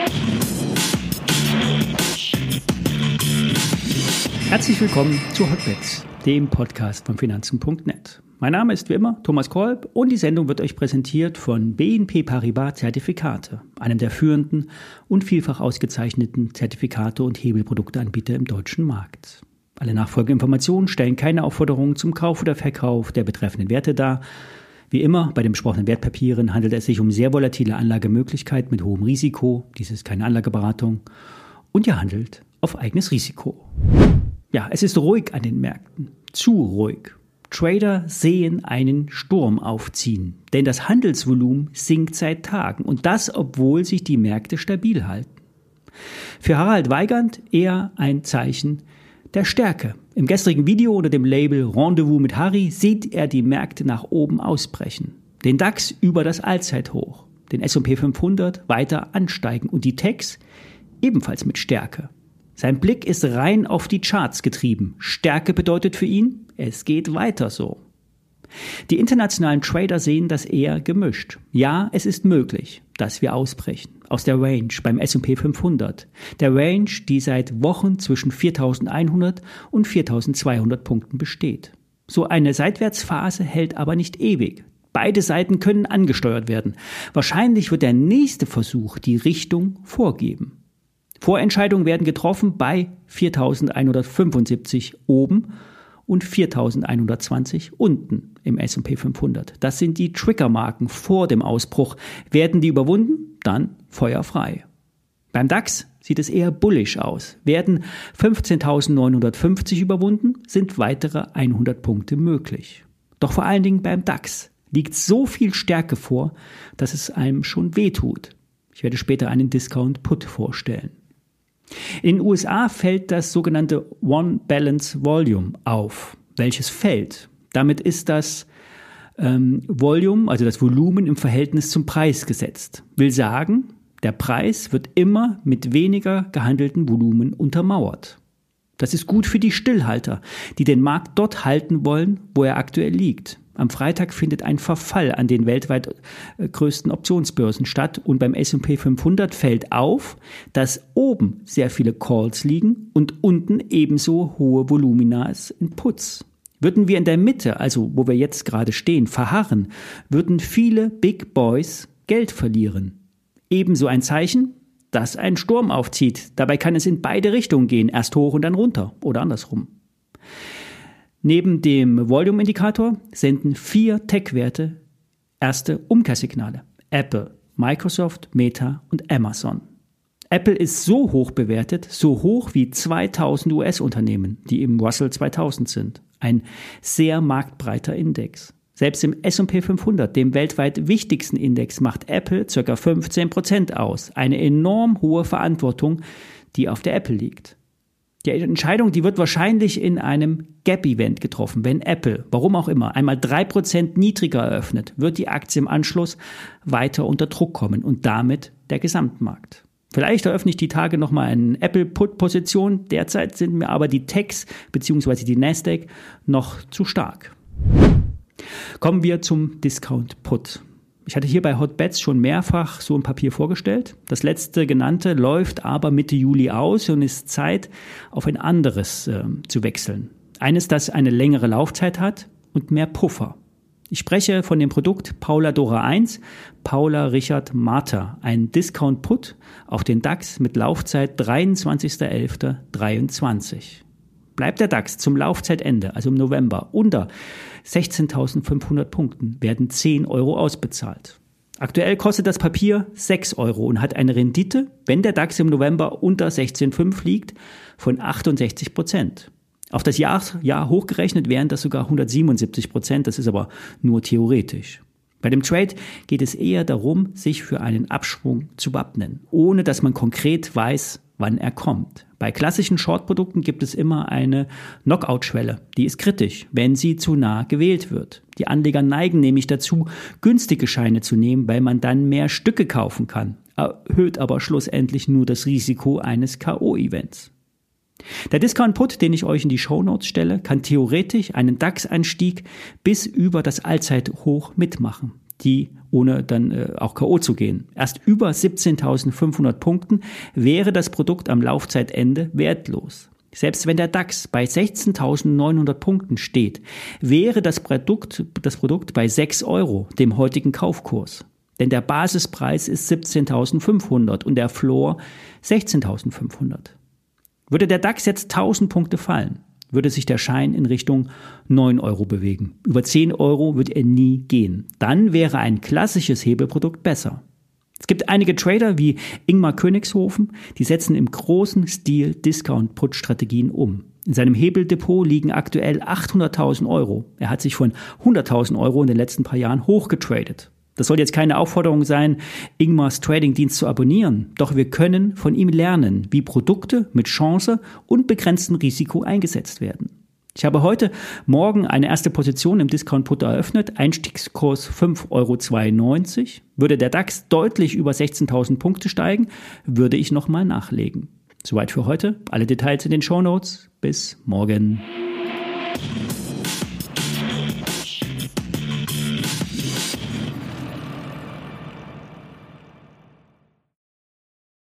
Herzlich willkommen zu Hotbets, dem Podcast von Finanzen.net. Mein Name ist wie immer Thomas Kolb und die Sendung wird euch präsentiert von BNP Paribas Zertifikate, einem der führenden und vielfach ausgezeichneten Zertifikate- und Hebelprodukteanbieter im deutschen Markt. Alle nachfolgenden Informationen stellen keine Aufforderungen zum Kauf oder Verkauf der betreffenden Werte dar. Wie immer bei den besprochenen Wertpapieren handelt es sich um sehr volatile Anlagemöglichkeiten mit hohem Risiko. Dies ist keine Anlageberatung und ihr handelt auf eigenes Risiko. Ja, es ist ruhig an den Märkten. Zu ruhig. Trader sehen einen Sturm aufziehen, denn das Handelsvolumen sinkt seit Tagen und das, obwohl sich die Märkte stabil halten. Für Harald Weigand eher ein Zeichen der Stärke. Im gestrigen Video unter dem Label Rendezvous mit Harry sieht er die Märkte nach oben ausbrechen. Den DAX über das Allzeithoch, den S&P 500 weiter ansteigen und die Techs ebenfalls mit Stärke. Sein Blick ist rein auf die Charts getrieben. Stärke bedeutet für ihn, es geht weiter so. Die internationalen Trader sehen das eher gemischt. Ja, es ist möglich, dass wir ausbrechen aus der Range beim S&P 500. Der Range, die seit Wochen zwischen 4.100 und 4.200 Punkten besteht. So eine Seitwärtsphase hält aber nicht ewig. Beide Seiten können angesteuert werden. Wahrscheinlich wird der nächste Versuch die Richtung vorgeben. Vorentscheidungen werden getroffen bei 4.175 oben und 4.120 unten im S&P 500. Das sind die Triggermarken vor dem Ausbruch. Werden die überwunden, dann feuerfrei. Beim DAX sieht es eher bullish aus. Werden 15.950 überwunden, sind weitere 100 Punkte möglich. Doch vor allen Dingen beim DAX liegt so viel Stärke vor, dass es einem schon wehtut. Ich werde später einen Discount-Put vorstellen. In den USA fällt das sogenannte One Balance Volume auf, welches fällt. Damit ist das Volume, also das Volumen im Verhältnis zum Preis gesetzt. Will sagen, der Preis wird immer mit weniger gehandelten Volumen untermauert. Das ist gut für die Stillhalter, die den Markt dort halten wollen, wo er aktuell liegt. Am Freitag findet ein Verfall an den weltweit größten Optionsbörsen statt und beim S&P 500 fällt auf, dass oben sehr viele Calls liegen und unten ebenso hohe Volumina in Puts. Würden wir in der Mitte, also wo wir jetzt gerade stehen, verharren, würden viele Big Boys Geld verlieren. Ebenso ein Zeichen, dass ein Sturm aufzieht. Dabei kann es in beide Richtungen gehen, erst hoch und dann runter oder andersrum. Neben dem Volume-Indikator senden 4 Tech-Werte erste Umkehrsignale. Apple, Microsoft, Meta und Amazon. Apple ist so hoch bewertet, so hoch wie 2000 US-Unternehmen, die im Russell 2000 sind. Ein sehr marktbreiter Index. Selbst im S&P 500, dem weltweit wichtigsten Index, macht Apple ca. 15% aus. Eine enorm hohe Verantwortung, die auf der Apple liegt. Die Entscheidung, die wird wahrscheinlich in einem Gap-Event getroffen. Wenn Apple, warum auch immer, einmal 3% niedriger eröffnet, wird die Aktie im Anschluss weiter unter Druck kommen und damit der Gesamtmarkt. Vielleicht eröffne ich die Tage nochmal eine Apple-Put-Position. Derzeit sind mir aber die Techs bzw. die Nasdaq noch zu stark. Kommen wir zum Discount-Put. Ich hatte hier bei Hotbets schon mehrfach so ein Papier vorgestellt. Das letzte genannte läuft aber Mitte Juli aus und ist Zeit, auf ein anderes zu wechseln. Eines, das eine längere Laufzeit hat und mehr Puffer. Ich spreche von dem Produkt Paula Dora 1, Paula Richard Martha, ein Discount-Put auf den DAX mit Laufzeit 23.11.23. Bleibt der DAX zum Laufzeitende, also im November, unter 16.500 Punkten, werden 10 Euro ausbezahlt. Aktuell kostet das Papier 6 Euro und hat eine Rendite, wenn der DAX im November unter 16,5 liegt, von 68%. Auf das Jahr hochgerechnet wären das sogar 177%, das ist aber nur theoretisch. Bei dem Trade geht es eher darum, sich für einen Abschwung zu wappnen, ohne dass man konkret weiß, wann er kommt. Bei klassischen Short-Produkten gibt es immer eine Knockout-Schwelle. Die ist kritisch, wenn sie zu nah gewählt wird. Die Anleger neigen nämlich dazu, günstige Scheine zu nehmen, weil man dann mehr Stücke kaufen kann, erhöht aber schlussendlich nur das Risiko eines K.O.-Events. Der Discount-Put, den ich euch in die Shownotes stelle, kann theoretisch einen DAX-Anstieg bis über das Allzeithoch mitmachen. Die ohne dann auch K.O. zu gehen. Erst über 17.500 Punkten wäre das Produkt am Laufzeitende wertlos. Selbst wenn der DAX bei 16.900 Punkten steht, wäre das Produkt bei 6 €, dem heutigen Kaufkurs. Denn der Basispreis ist 17.500 und der Floor 16.500. Würde der DAX jetzt 1.000 Punkte fallen, würde sich der Schein in Richtung 9 € bewegen. Über 10 € wird er nie gehen. Dann wäre ein klassisches Hebelprodukt besser. Es gibt einige Trader wie Ingmar Königshofen, die setzen im großen Stil Discount-Put-Strategien um. In seinem Hebeldepot liegen aktuell 800.000 €. Er hat sich von 100.000 € in den letzten paar Jahren hochgetradet. Das soll jetzt keine Aufforderung sein, Ingmars Trading-Dienst zu abonnieren. Doch wir können von ihm lernen, wie Produkte mit Chance und begrenztem Risiko eingesetzt werden. Ich habe heute Morgen eine erste Position im Discount-Put eröffnet, Einstiegskurs 5,92 €. Würde der DAX deutlich über 16.000 Punkte steigen, würde ich nochmal nachlegen. Soweit für heute. Alle Details in den Shownotes. Bis morgen.